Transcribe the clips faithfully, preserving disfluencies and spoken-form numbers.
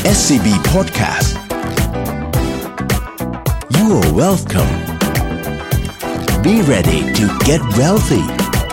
เอส ซี บี Podcast You are welcome Be ready to get wealthy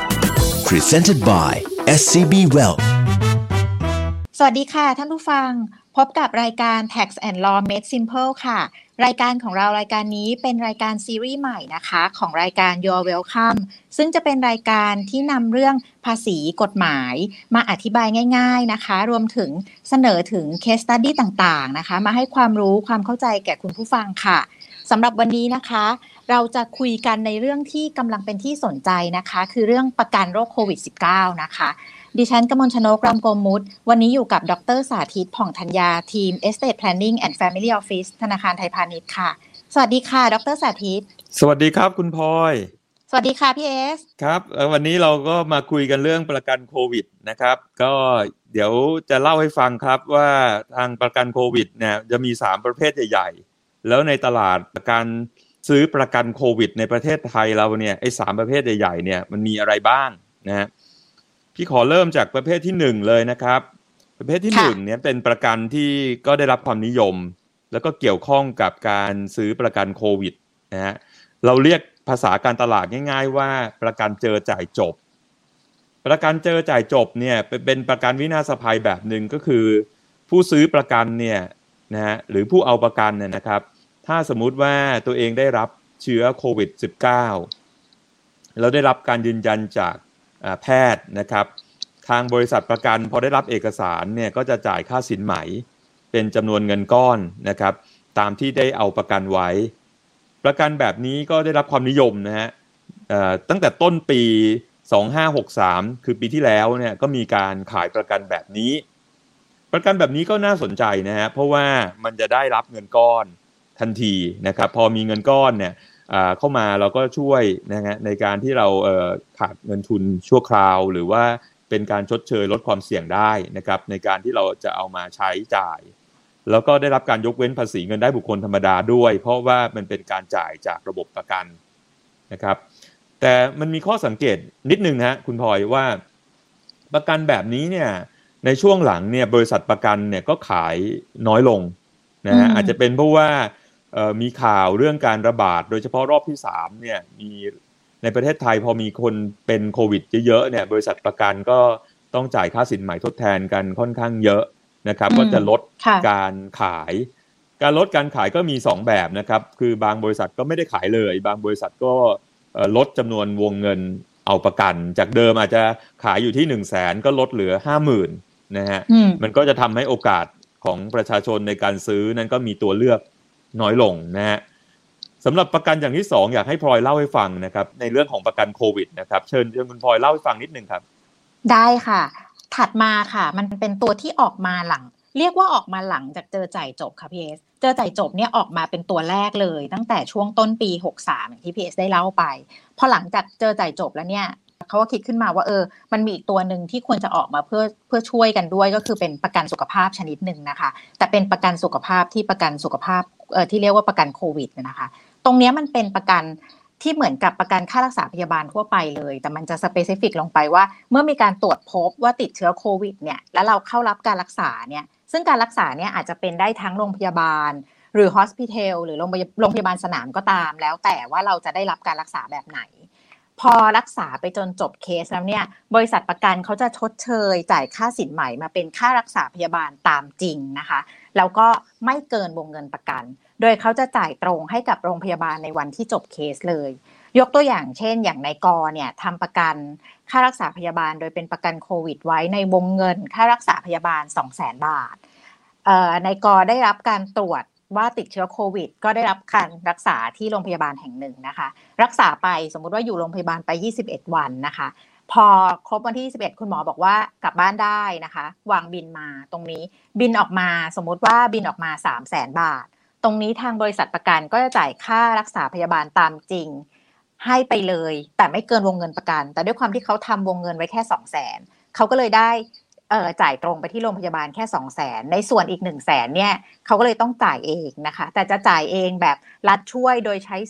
Presented by เอส ซี บี Wealth สวัสดีค่ะท่านผู้ฟังพบกับรายการ Tax and Law Made Simple ค่ะรายการของเรารายการนี้เป็นรายการซีรีส์ใหม่นะคะของรายการ You're Welcome ซึ่งจะเป็นรายการที่นำเรื่องภาษีกฎหมายมาอธิบายง่ายๆนะคะรวมถึงเสนอถึง Case Study ต่างๆนะคะมาให้ความรู้ความเข้าใจแก่คุณผู้ฟังค่ะสำหรับวันนี้นะคะเราจะคุยกันในเรื่องที่กำลังเป็นที่สนใจนะคะคือเรื่องประกันโรคโควิด สิบเก้า นะคะดิฉันกมลชนก รำโกมุตวันนี้อยู่กับดร.สาธิต ผ่องธัญญาทีม Estate Planning and Family Office ธนาคารไทยพาณิชย์ค่ะสวัสดีค่ะดร.สาธิตสวัสดีครับคุณพลอยสวัสดีค่ะพี่เอสครับวันนี้เราก็มาคุยกันเรื่องประกันโควิดนะครับก็เดี๋ยวจะเล่าให้ฟังครับว่าทางประกันโควิดเนี่ยจะมีสามประเภทใหญ่ๆแล้วในตลาดประกันซื้อประกันโควิดในประเทศไทยเราเนี่ยไอ้สามประเภทใหญ่ๆเนี่ยมันมีอะไรบ้างนะฮะพี่ขอเริ่มจากประเภทที่หนึ่งเลยนะครับประเภทที่หนึ่งเนี่ยเป็นประกันที่ก็ได้รับความนิยมแล้วก็เกี่ยวข้องกับการซื้อประกันโควิดนะฮะเราเรียกภาษาการตลาดง่ายๆว่าประกันเจอจ่ายจบประกันเจอจ่ายจบเนี่ยเป็นประกันวินาศภัยแบบนึงก็คือผู้ซื้อประกันเนี่ยนะฮะหรือผู้เอาประกันเนี่ยนะครับถ้าสมมุติว่าตัวเองได้รับเชื้อโควิด สิบเก้า แล้วได้รับการยืนยันจากแพทย์นะครับทางบริษัทประกันพอได้รับเอกสารเนี่ยก็จะจ่ายค่าสินไหมเป็นจำนวนเงินก้อนนะครับตามที่ได้เอาประกันไว้ประกันแบบนี้ก็ได้รับความนิยมนะฮะตั้งแต่ต้นปีสองพันห้าร้อยหกสิบสามคือปีที่แล้วเนี่ยก็มีการขายประกันแบบนี้ประกันแบบนี้ก็น่าสนใจนะฮะเพราะว่ามันจะได้รับเงินก้อนทันทีนะครับพอมีเงินก้อนเนี่ยเข้ามาเราก็ช่วยนะฮะในการที่เราขาดเงินทุนชั่วคราวหรือว่าเป็นการชดเชยลดความเสี่ยงได้นะครับในการที่เราจะเอามาใช้จ่ายแล้วก็ได้รับการยกเว้นภาษีเงินได้บุคคลธรรมดาด้วยเพราะว่ามันเป็นการจ่ายจากระบบประกันนะครับแต่มันมีข้อสังเกตนิดนึงนะคุณพลอยว่าประกันแบบนี้เนี่ยในช่วงหลังเนี่ยบริษัทประกันเนี่ยก็ขายน้อยลงนะฮะอาจจะเป็นเพราะว่ามีข่าวเรื่องการระบาดโดยเฉพาะรอบที่สามเนี่ยมีในประเทศไทยพอมีคนเป็นโควิดเยอะๆเนี่ยบริษัทประกันก็ต้องจ่ายค่าสินไหมทดแทนกันค่อนข้างเยอะนะครับก็จะลดการขายการลดการขายก็มีสองแบบนะครับคือบางบริษัทก็ไม่ได้ขายเลยบางบริษัทก็ลดจำนวนวงเงินเอาประกันจากเดิมอาจจะขายอยู่ที่ หนึ่งแสน ก็ลดเหลือ ห้าหมื่น นะฮะมันก็จะทำให้โอกาสของประชาชนในการซื้อนั้นก็มีตัวเลือกน้อยลงนะฮะสำหรับประกันอย่างที่สองอยากให้พลอยเล่าให้ฟังนะครับในเรื่องของประกันโควิดนะครับเชิญเชิญคุณพลอยเล่าให้ฟังนิดนึงครับได้ค่ะถัดมาค่ะมันเป็นตัวที่ออกมาหลังเรียกว่าออกมาหลังจากเจอจ่ายจบค่ะพี่เอสเจอจ่ายจบเนี่ยออกมาเป็นตัวแรกเลยตั้งแต่ช่วงต้นปีหกสิบสามอย่างที่พี่เอสได้เล่าไปพอหลังจากเจอจ่ายจบแล้วเนี่ยเขาก็คิดขึ้นมาว่าเออมันมีอีกตัวนึงที่ควรจะออกมาเพื่อเพื่อช่วยกันด้วยก็คือเป็นประกันสุขภาพชนิดนึงนะคะแต่เป็นประกันสุขภาพที่ประกันสุขภาพเอ่อที่เรียกว่าประกันโควิดนะคะตรงนี้มันเป็นประกันที่เหมือนกับประกันค่ารักษาพยาบาลทั่วไปเลยแต่มันจะสเปซิฟิกลงไปว่าเมื่อมีการตรวจพบว่าติดเชื้อโควิดเนี่ยแล้วเราเข้ารับการรักษาเนี่ยซึ่งการรักษาเนี่ยอาจจะเป็นได้ทั้งโรงพยาบาลหรือ hospital หรือโรงพยาบาลสนามก็ตามแล้วแต่ว่าเราจะได้รับการรักษาแบบไหนพอรักษาไปจนจบเคสแล้วเนี่ยบริษัทประกันเขาจะชดเชยจ่ายค่าสินไหมมาเป็นค่ารักษาพยาบาลตามจริงนะคะแล้วก็ไม่เกินวงเงินประกันโดยเขาจะจ่ายตรงให้กับโรงพยาบาลในวันที่จบเคสเลยยกตัวอย่างเช่นอย่างในกอเนี่ยทำประกันค่ารักษาพยาบาลโดยเป็นประกันโควิดไว้ในวงเงินค่ารักษาพยาบาล สองแสน บาทในกอได้รับการตรวจว่าติดเชื้อโควิดก็ได้รับการรักษาที่โรงพยาบาลแห่งหนึ่งนะคะรักษาไปสมมุติว่าอยู่โรงพยาบาลไปยี่สิบเอ็ดวันนะคะพอครบวันที่ยี่สิบเอ็ดคุณหมอบอกว่ากลับบ้านได้นะคะวางบิลมาตรงนี้บิลออกมาสมมุติว่าบิลออกมา สามแสน บาทตรงนี้ทางบริษัทประกันก็จะจ่ายค่ารักษาพยาบาลตามจริงให้ไปเลยแต่ไม่เกินวงเงินประกันแต่ด้วยความที่เขาทำวงเงินไว้แค่ สองแสน เขาก็เลยได้เอ่อจ่ายตรงไปที่โรงพยาบาลแค่ สองแสน ในส่วนอีก หนึ่งแสน เนี่ยเขาก็เลยต้องจ่ายเองนะคะแต่จะจ่ายเองแบบรัฐช่วยโดยใช้สิทธิ์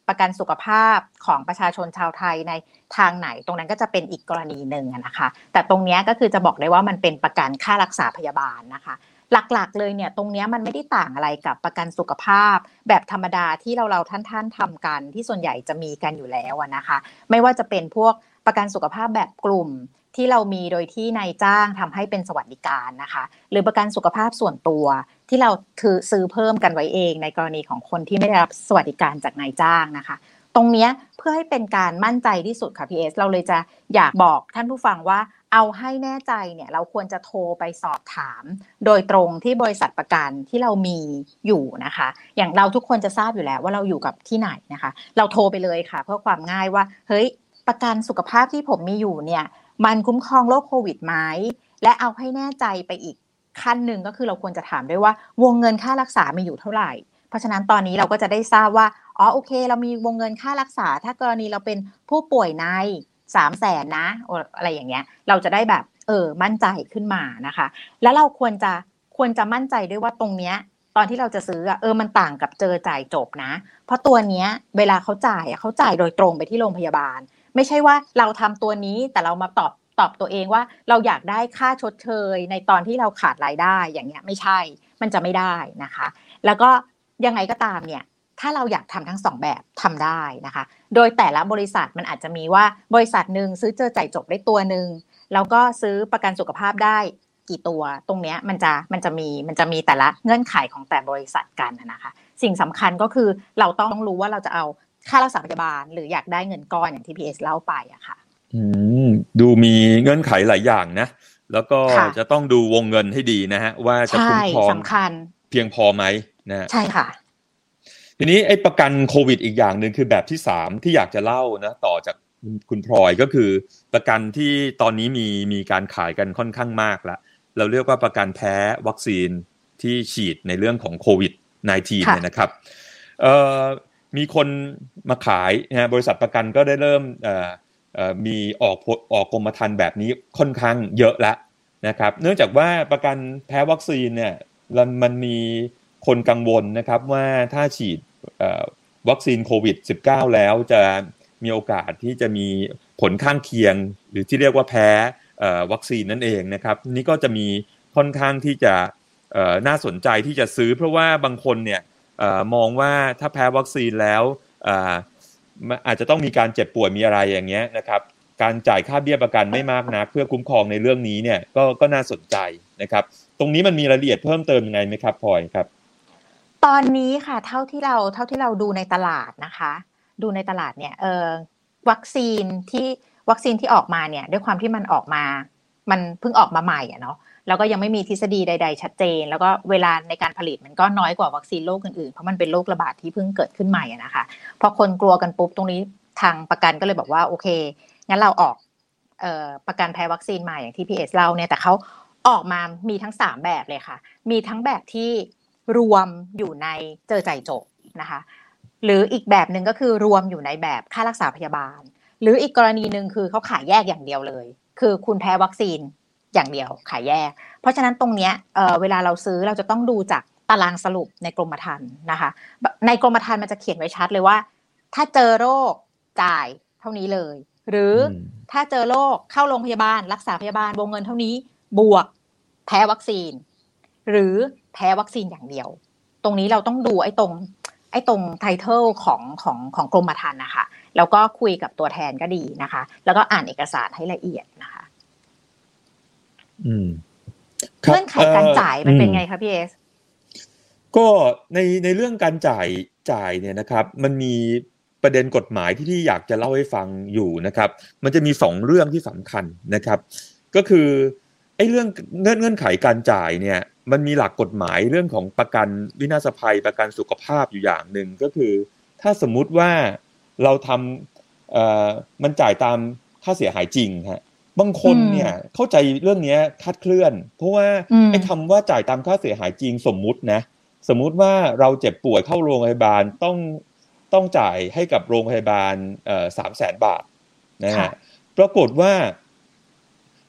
ประกันสุขภาพของประชาชนชาวไทยในทางไหนตรงนั้นก็จะเป็นอีกกรณีหนึ่งนะคะแต่ตรงนี้ก็คือจะบอกได้ว่ามันเป็นประกันค่ารักษาพยาบาลนะคะหลักๆเลยเนี่ยตรงนี้มันไม่ได้ต่างอะไรกับประกันสุขภาพแบบธรรมดาที่เราเราท่านๆทำกันที่ส่วนใหญ่จะมีกันอยู่แล้วนะคะไม่ว่าจะเป็นพวกประกันสุขภาพแบบกลุ่มที่เรามีโดยที่นายจ้างทำให้เป็นสวัสดิการนะคะหรือประกันสุขภาพส่วนตัวที่เราคือซื้อเพิ่มกันไว้เองในกรณีของคนที่ไม่ได้รับสวัสดิการจากนายจ้างนะคะตรงนี้เพื่อให้เป็นการมั่นใจที่สุดค่ะพี่เอสเราเลยจะอยากบอกท่านผู้ฟังว่าเอาให้แน่ใจเนี่ยเราควรจะโทรไปสอบถามโดยตรงที่บริษัทประกันที่เรามีอยู่นะคะอย่างเราทุกคนจะทราบอยู่แล้วว่าเราอยู่กับที่ไหนนะคะเราโทรไปเลยค่ะเพื่อความง่ายว่าเฮ้ยประกันสุขภาพที่ผมมีอยู่เนี่ยมันคุ้มครองโรคโควิดไหมและเอาให้แน่ใจไปอีกขั้นหนึ่งก็คือเราควรจะถามด้วยว่าวงเงินค่ารักษามีอยู่เท่าไหร่เพราะฉะนั้นตอนนี้เราก็จะได้ทราบว่าอ๋อโอเคเรามีวงเงินค่ารักษาถ้ากรณีเราเป็นผู้ป่วยในสามแสนนะอะไรอย่างเงี้ยเราจะได้แบบเออมั่นใจขึ้นมานะคะแล้วเราควรจะควรจะมั่นใจด้วยว่าตรงเนี้ยตอนที่เราจะซื้อเออมันต่างกับเจอจ่ายจบนะเพราะตัวเนี้ยเวลาเขาจ่ายเขาจ่ายโดยตรงไปที่โรงพยาบาลไม่ใช่ว่าเราทำตัวนี้แต่เรามาตอบตอบตัวเองว่าเราอยากได้ค่าชดเชยในตอนที่เราขาดรายได้อย่างเงี้ยไม่ใช่มันจะไม่ได้นะคะแล้วก็ยังไงก็ตามเนี่ยถ้าเราอยากทำทั้งสองแบบทำได้นะคะโดยแต่ละบริษัทมันอาจจะมีว่าบริษัทหนึ่งซื้อเจอจ่ายจบได้ตัวหนึ่งแล้วก็ซื้อประกันสุขภาพได้กี่ตัวตรงเนี้ยมันจะมันจะมีมันจะมีแต่ละเงื่อนไขของแต่บริษัทกันนะคะสิ่งสำคัญก็คือเราต้องรู้ว่าเราจะเอาค่ารักษาพยาบาลหรืออยากได้เงินก้อนอย่างที่พีเอสเล่าไปอะค่ะอืมดูมีเงื่อนไขหลายอย่างนะแล้วก็จะต้องดูวงเงินให้ดีนะฮะว่าจะคุ้มครองเพียงพอไหมนะใช่ค่ะทีนี้ไอ้ประกันโควิดอีกอย่างนึงคือแบบที่สามที่อยากจะเล่านะต่อจากคุณพลอยก็คือประกันที่ตอนนี้มีมีการขายกันค่อนข้างมากแล้วเราเรียกว่าประกันแพ้วัคซีนที่ฉีดในเรื่องของโควิด สิบเก้า เนี่ยนะครับเอ่อมีคนมาขายนะบริษัทประกันก็ได้เริ่มเอ่อเอ่อมีออกออกกรมธรรม์แบบนี้ค่อนข้างเยอะแล้วนะครับเนื่องจากว่าประกันแพ้วัคซีนเนี่ยมันมีคนกังวลนะครับว่าถ้าฉีดวัคซีนโควิด สิบเก้า แล้วจะมีโอกาสที่จะมีผลข้างเคียงหรือที่เรียกว่าแพ้วัคซีนนั่นเองนะครับนี่ก็จะมีค่อนข้างที่จะน่าสนใจที่จะซื้อเพราะว่าบางคนเนี่ยมองว่าถ้าแพ้วัคซีนแล้วอาจจะต้องมีการเจ็บป่วยมีอะไรอย่างเงี้ยนะครับการจ่ายค่าเบี้ยประกันไม่มากนักเพื่อคุ้มครองในเรื่องนี้เนี่ยก็ก็น่าสนใจนะครับตรงนี้มันมีรายละเอียดเพิ่มเติมยังไงไหมครับพลอยครับตอนนี้ค่ะเท่าที่เราเท่าที่เราดูในตลาดนะคะดูในตลาดเนี่ยเอ่อวัคซีนที่วัคซีนที่ออกมาเนี่ยด้วยความที่มันออกมามันเพิ่งออกมาใหม่อ่ะเนาะแล้วก็ยังไม่มีทฤษฎีใดๆชัดเจนแล้วก็เวลาในการผลิตมันก็น้อยกว่าวัคซีนโรคอื่นๆเพราะมันเป็นโรคระบาดที่เพิ่งเกิดขึ้นใหม่อ่ะนะคะพอคนกลัวกันปุ๊บตรงนี้ทางประกันก็เลยบอกว่าโอเคงั้นเราออกเอ่อประกันแพ้วัคซีนมาอย่างที่พี่เอสเล่าเนี่ยแต่เขาออกมามีทั้งสามแบบเลยค่ะมีทั้งแบบที่รวมอยู่ในเจอจ่ายจบนะคะหรืออีกแบบนึงก็คือรวมอยู่ในแบบค่ารักษาพยาบาลหรืออีกกรณีนึงคือเขาขายแยกอย่างเดียวเลยคือคุณแพ้วัคซีนอย่างเดียวขายแยกเพราะฉะนั้นตรงเนี้ย เอ่อ เวลาเราซื้อเราจะต้องดูจากตารางสรุปในกรมธรรม์นะคะในกรมธรรม์มันจะเขียนไว้ชัดเลยว่าถ้าเจอโรคจ่ายเท่านี้เลยหรือถ้าเจอโรคเข้าโรงพยาบาลรักษาพยาบาลวงเงินเท่านี้บวกแพ้วัคซีนหรือแพ้วัคซีนอย่างเดียวตรงนี้เราต้องดูไอ้ตรงไอ้ตรงไทเทิลของของของกรมธรรม์นะคะแล้วก็คุยกับตัวแทนก็ดีนะคะแล้วก็อ่านเอกสารให้ละเอียดนะคะอืมเงื่อนไขการจ่ายมันเป็นไงคะพี่เอสก็ในในเรื่องการจ่ายจ่ายเนี่ยนะครับมันมีประเด็นกฎหมายที่ที่อยากจะเล่าให้ฟังอยู่นะครับมันจะมีสองเรื่องที่สำคัญนะครับก็คือไอ้เรื่องเงื่อนเงื่อนไขการจ่ายเนี่ยมันมีหลักกฎหมายเรื่องของประกันวินาศภัยประกันสุขภาพอยู่อย่างหนึ่งก็คือถ้าสมมุติว่าเราทำเอ่อมันจ่ายตามค่าเสียหายจริงฮะบางคนเนี่ยเข้าใจเรื่องนี้คลาดเคลื่อนเพราะว่าไอ้คำว่าจ่ายตามค่าเสียหายจริงสมมุตินะสมมุติว่าเราเจ็บป่วยเข้าโรงพยาบาลต้องต้องจ่ายให้กับโรงพยาบาลเอ่อ สามแสน บาทนะฮะปรากฏว่า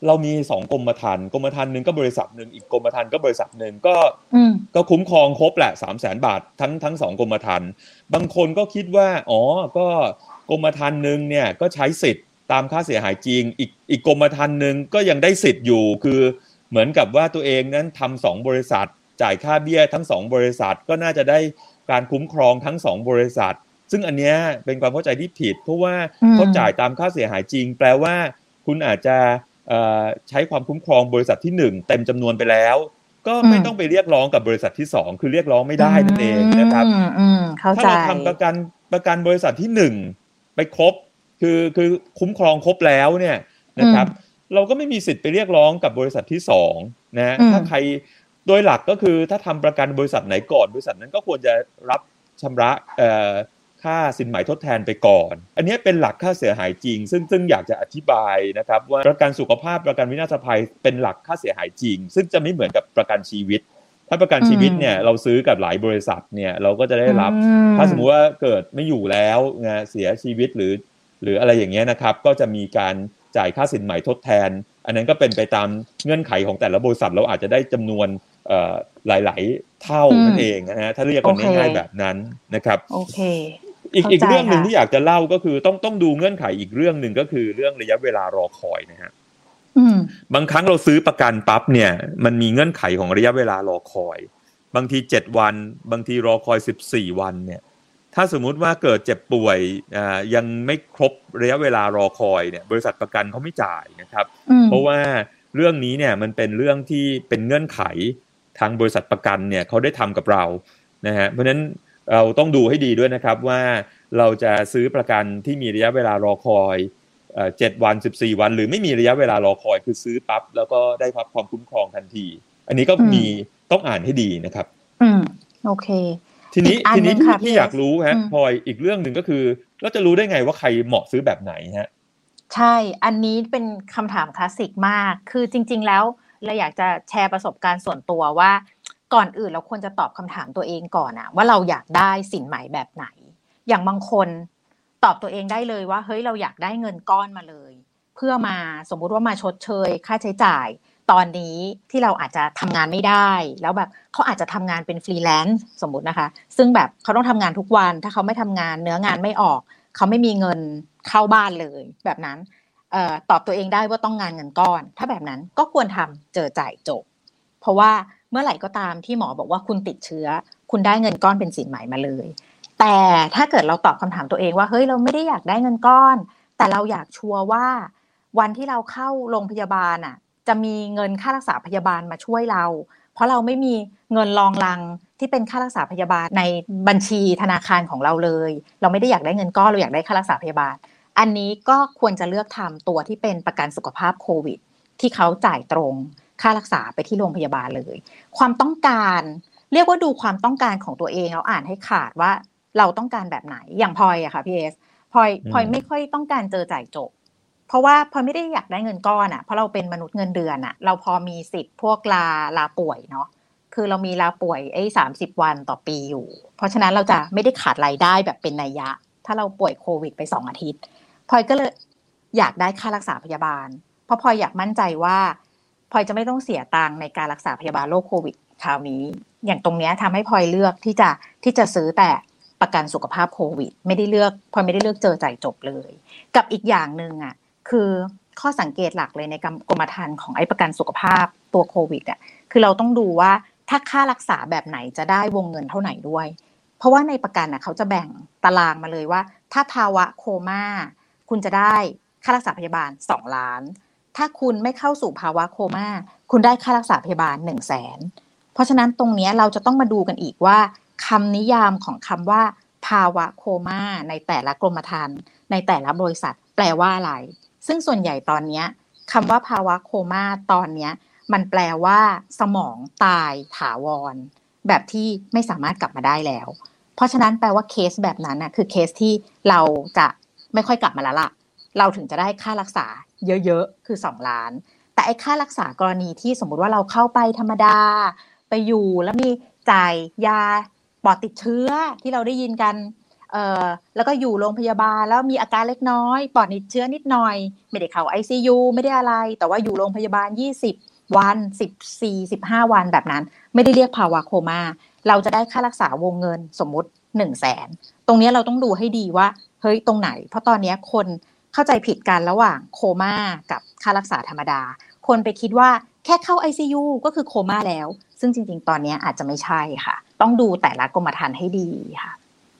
เรามีสองกรมธรรม์กรมธรรม์นึงก็บริษัทนึงอีกกรมธรรม์ก็บริษัทนึงก็ก็คุ้มครองครบแหละ สามแสน บาททั้งทั้งสองกรมธรรม์บางคนก็คิดว่าอ๋อก็กรมธรรม์นึงเนี่ยก็ใช้สิทธิ์ตามค่าเสียหายจริงอีกอีกกรมธรรม์นึงก็ยังได้สิทธิ์อยู่คือเหมือนกับว่าตัวเองนั้นทำสองบริษัทจ่ายค่าเบี้ยทั้งสองบริษัทก็น่าจะได้การคุ้มครองทั้งสองบริษัทซึ่งอันเนี้ยเป็นความเข้าใจที่ผิดเพราะว่าเขาจ่ายตามค่าเสียหายจริงแปลว่าคุณอาจจะใช้ความคุ้มครองบริษัทที่หนึ่งเต็มจำนวนไปแล้วก็ไม่ต้องไปเรียกร้องกับบริษัทที่สองคือเรียกร้องไม่ได้นั่นเองนะครับถ้าเราทำประกันประกันบริษัทที่หนึ่งไปครบคือคือคุ้มครองครบแล้วเนี่ยนะครับเราก็ไม่มีสิทธิ์ไปเรียกร้องกับบริษัทที่สองนะถ้าใครโดยหลักก็คือถ้าทำประกันบริษัทไหนก่อนบริษัทนั้นก็ควรจะรับชำระเอ่อค่าสินไหมทดแทนไปก่อนอันนี้เป็นหลักค่าเสียหายจริงซึ่งซึ่งอยากจะอธิบายนะครับว่าประกันสุขภาพประกันวินาศภัยเป็นหลักค่าเสียหายจริงซึ่งจะไม่เหมือนกับประกันชีวิตถ้าประกันชีวิตเนี่ยเราซื้อกับหลายบริษัทเนี่ยเราก็จะได้รับถ้าสมมุติว่าเกิดไม่อยู่แล้วนะเสียชีวิตหรือหรืออะไรอย่างเงี้ยนะครับก็จะมีการจ่ายค่าสินไหมทดแทนอันนั้นก็เป็นไปตามเงื่อนไขของแต่ละบริษัทเราอาจจะได้จำนวนเอ่อหลายๆเท่านั่นเองนะฮะถ้าเรียกกันง่ายๆแบบนั้นนะครับโอเคอีกอีกเรื่องนึงที่อยากจะเล่าก็คือต้องต้องดูเงื่อนไขอีกเรื่องนึงก็คือเรื่องระยะเวลารอคอยนะฮะบางครั้งเราซื้อประกันปั๊บเนี่ยมันมีเงื่อนไขของระยะเวลารอคอยบางทีเจ็ดวันบางทีรอคอยสิบสี่วันเนี่ยถ้าสมมุติว่าเกิดเจ็บป่วยอ่ายังไม่ครบระยะเวลารอคอยเนี่ยบริษัทประกันเขาไม่จ่ายนะครับเพราะว่าเรื่องนี้เนี่ยมันเป็นเรื่องที่เป็นเงื่อนไขทางบริษัทประกันเนี่ยเขาได้ทำกับเรานะฮะเพราะฉะนั้นเราต้องดูให้ดีด้วยนะครับว่าเราจะซื้อประกันที่มีระยะเวลารอคอยเอ่อเจ็ดวันสิบสี่วันหรือไม่มีระยะเวลารอคอยคือซื้อปั๊บแล้วก็ได้รับความคุ้มครองทันทีอันนี้ก็มีต้องอ่านให้ดีนะครับอืมโอเคทีนี้ทีนี้ที่อยากรู้ฮะพลอยอีกเรื่องนึงก็คือเราจะรู้ได้ไงว่าใครเหมาะซื้อแบบไหนฮะใช่อันนี้เป็นคำถามคลาสสิกมากคือจริงๆแล้วเราอยากจะแชร์ประสบการณ์ส่วนตัวว่าก่อนอื่นเราควรจะตอบคำถามตัวเองก่อนอะว่าเราอยากได้สินไหมแบบไหนอย่างบางคนตอบตัวเองได้เลยว่าเฮ้ยเราอยากได้เงินก้อนมาเลยเพื่อมาสมมุติว่ามาชดเชยค่าใช้จ่ายตอนนี้ที่เราอาจจะทำงานไม่ได้แล้วแบบเขาอาจจะทำงานเป็นฟรีแลนซ์สมมุตินะคะซึ่งแบบเขาต้องทำงานทุกวันถ้าเขาไม่ทำงานเนื้องานไม่ออกเขาไม่มีเงินเข้าบ้านเลยแบบนั้นเอ่อตอบตัวเองได้ว่าต้องงานเงินก้อนถ้าแบบนั้นก็ควรทำเจอจ่ายจบเพราะว่าเมื่อไหร่ก็ตามที่หมอบอกว่าคุณติดเชื้อคุณได้เงินก้อนเป็นสินไหมมาเลยแต่ถ้าเกิดเราตอบคำถามตัวเองว่าเฮ้ยเราไม่ได้อยากได้เงินก้อนแต่เราอยากชัวร์ว่าวันที่เราเข้าโรงพยาบาลอ่ะจะมีเงินค่ารักษาพยาบาลมาช่วยเราเพราะเราไม่มีเงินรองรังที่เป็นค่ารักษาพยาบาลในบัญชีธนาคารของเราเลยเราไม่ได้อยากได้เงินก้อนเราอยากได้ค่ารักษาพยาบาลอันนี้ก็ควรจะเลือกทำตัวที่เป็นประกันสุขภาพโควิดที่เขาจ่ายตรงค่ารักษาไปที่โรงพยาบาลเลยความต้องการเรียกว่าดูความต้องการของตัวเองแล้วอ่านให้ขาดว่าเราต้องการแบบไหนอย่างพลอยอะค่ะพี่เอสพลอยพลอยไม่ค่อยต้องการเจอจ่ายจบเพราะว่าพลอยไม่ได้อยากได้เงินก้อนอะเพราะเราเป็นมนุษย์เงินเดือนอะเราพอมีสิทธิ์พวกลาลาป่วยเนาะคือเรามีลาป่วยไอ้สามสิบวันต่อปีอยู่เพราะฉะนั้นเราจะไม่ได้ขาดรายได้แบบเป็นนัยยะถ้าเราป่วยโควิดไปสองอาทิตย์พลอยก็เลยอยากได้ค่ารักษาพยาบาลเพราะพลอยอยากมั่นใจว่าพลอยจะไม่ต้องเสียตังค์ในการรักษาพยาบาลโรคโควิดคราวนี้อย่างตรงนี้ทำให้พลอยเลือกที่จะที่จะซื้อแต่ประกันสุขภาพโควิดไม่ได้เลือกพลอยไม่ได้เลือกเจอจ่ายจบเลยกับอีกอย่างนึงอ่ะคือข้อสังเกตหลักเลยในกรมธรรม์ของไอ้ประกันสุขภาพตัวโควิดอ่ะคือเราต้องดูว่าถ้าค่ารักษาแบบไหนจะได้วงเงินเท่าไหร่ด้วยเพราะว่าในประกันน่ะเขาจะแบ่งตารางมาเลยว่าถ้าภาวะโคม่าคุณจะได้ค่ารักษาพยาบาลสองล้านถ้าคุณไม่เข้าสู่ภาวะโคม่าคุณได้ค่ารักษาพยาบาล หนึ่งแสน เพราะฉะนั้นตรงนี้เราจะต้องมาดูกันอีกว่าคำนิยามของคำว่าภาวะโคม่าในแต่ละกรมธรรม์ในแต่ละบริษัทแปลว่าอะไรซึ่งส่วนใหญ่ตอนนี้คำว่าภาวะโคม่าตอนนี้มันแปลว่าสมองตายถาวรแบบที่ไม่สามารถกลับมาได้แล้วเพราะฉะนั้นแปลว่าเคสแบบนั้นน่ะคือเคสที่เราจะไม่ค่อยกลับมาแล้วล่ะเราถึงจะได้ค่ารักษาเยอะๆคือสองล้านแต่ไอ้ค่ารักษากรณีที่สมมุติว่าเราเข้าไปธรรมดาไปอยู่แล้วมีจ่ายยาปอดติดเชื้อที่เราได้ยินกันเอ่อแล้วก็อยู่โรงพยาบาลแล้วมีอาการเล็กน้อยปอดติดเชื้อนิดหน่อยไม่ได้เข้า ไอ ซี ยู ไม่ได้อะไรแต่ว่าอยู่โรงพยาบาลยี่สิบวันสิบสี่ สิบห้าวันแบบนั้นไม่ได้เรียกภาวะโคม่าเราจะได้ค่ารักษาวงเงินสมมุติ หนึ่งแสน ตรงนี้เราต้องดูให้ดีว่าเฮ้ยตรงไหนเพราะตอนนี้คนเข้าใจผิดกันระหว่างโคม่ากับค่ารักษาธรรมดาคนไปคิดว่าแค่เข้า ไอ ซี ยู ก็คือโคม่าแล้วซึ่งจริงๆตอนนี้อาจจะไม่ใช่ค่ะต้องดูแต่ละกรมธรรม์ให้ดีค่ะ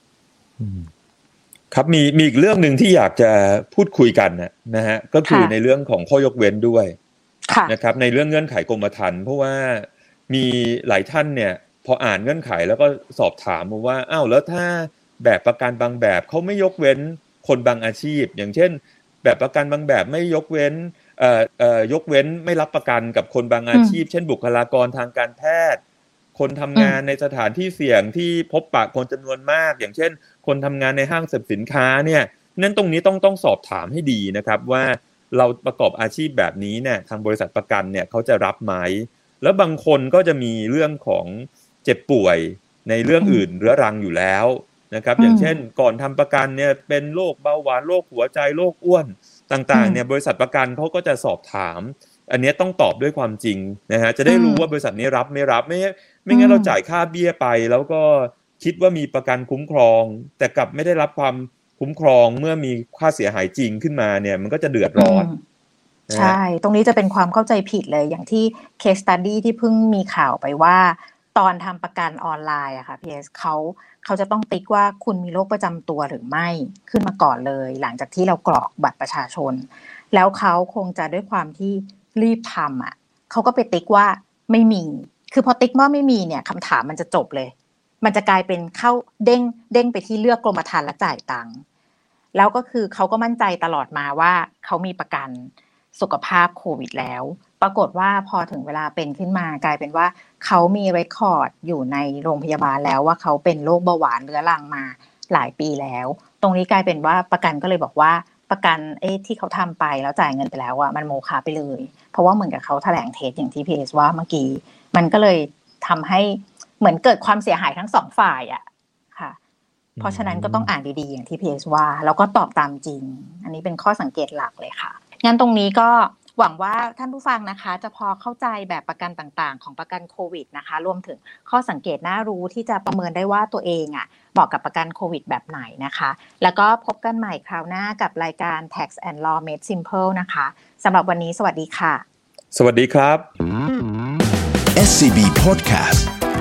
ครับมีมีอีกเรื่องนึงที่อยากจะพูดคุยกันนะฮะก็คือในเรื่องของข้อยกเว้นด้วยนะครับในเรื่องเงื่อนไขกรมธรรม์เพราะว่ามีหลายท่านเนี่ยพออ่านเงื่อนไขแล้วก็สอบถามมาว่าอ้าวแล้วถ้าแบบประกันบางแบบเขาไม่ยกเว้นคนบางอาชีพอย่างเช่นแบบประกันบางแบบไม่ยกเว้นเอ่อเอ่อยกเว้นไม่รับประกันกับคนบางอาชีพเช่นบุคลากรทางการแพทย์คนทำงานในสถานที่เสี่ยงที่พบปะคนจำนวนมากอย่างเช่นคนทำงานในห้างสรรพสินค้าเนี่ยนั้นตรงนี้ต้องต้องสอบถามให้ดีนะครับว่าเราประกอบอาชีพแบบนี้เนี่ยทางบริษัทประกันเนี่ยเขาจะรับไหมแล้วบางคนก็จะมีเรื่องของเจ็บป่วยในเรื่องอื่นเรื้อรังอยู่แล้วนะครับอย่างเช่นก่อนทำประกันเนี่ยเป็นโรคเบาหวานโรคหัวใจโรคอ้วนต่างๆเนี่ยบริษัทประกันเขาก็จะสอบถามอันนี้ต้องตอบด้วยความจริงนะฮะจะได้รู้ว่าบริษัทนี้รับไม่รับไม่ไม่งั้นเราจ่ายค่าเบี้ยไปแล้วก็คิดว่ามีประกันคุ้มครองแต่กลับไม่ได้รับความคุ้มครองเมื่อมีค่าเสียหายจริงขึ้นมาเนี่ยมันก็จะเดือดร้อนใช่ตรงนี้จะเป็นความเข้าใจผิดเลยอย่างที่ case study ที่เพิ่งมีข่าวไปว่าตอนทำประกันออนไลน์อะค่ะพีเอสเขาเขาจะต้องติ๊กว่าคุณมีโรคประจำตัวหรือไม่ขึ้นมาก่อนเลยหลังจากที่เรากรอกบัตรประชาชนแล้วเขาคงจะด้วยความที่รีบทำอะเขาก็ไปติ๊กว่าไม่มีคือพอติ๊กว่าไม่มีเนี่ยคำถามมันจะจบเลยมันจะกลายเป็นเข้าเด้งเด้งไปที่เลือกกรมธรรม์และจ่ายตังค์แล้วก็คือเขาก็มั่นใจตลอดมาว่าเขามีประกันสุขภาพโควิดแล้วปรากฏว่าพอถึงเวลาเป็นขึ้นมากลายเป็นว่าเขามีเรคคอร์ดอยู่ในโรงพยาบาลแล้วว่าเขาเป็นโรคเบาหวานเรื้อรังมาหลายปีแล้วตรงนี้กลายเป็นว่าประกันก็เลยบอกว่าประกันเอ๊ะที่เขาทำไปแล้วจ่ายเงินไปแล้วอ่ะมันโมฆะไปเลยเพราะว่าเหมือนกับเขาแถลงเท็จอย่างที่พีเอสว่าเมื่อกี้มันก็เลยทำให้เหมือนเกิดความเสียหายทั้งสองฝ่ายอ่ะค่ะเพราะฉะนั้นก็ต้องอ่านดีๆอย่างที่พีเอสว่าแล้วก็ตอบตามจริงอันนี้เป็นข้อสังเกตหลักเลยค่ะงั้นตรงนี้ก็หวังว่าท่านผู้ฟังนะคะจะพอเข้าใจแบบประกันต่างๆของประกันโควิดนะคะรวมถึงข้อสังเกตน่ารู้ที่จะประเมินได้ว่าตัวเองอ่ะเหมาะกับประกันโควิดแบบไหนนะคะแล้วก็พบกันใหม่คราวหน้ากับรายการ Tax and Law Made Simple นะคะสำหรับวันนี้สวัสดีค่ะสวัสดีครับเอส ซี บี Podcast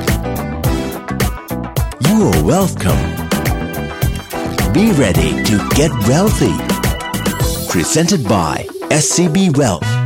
You are welcome Be ready to get wealthy Presented by เอส ซี บี Wealth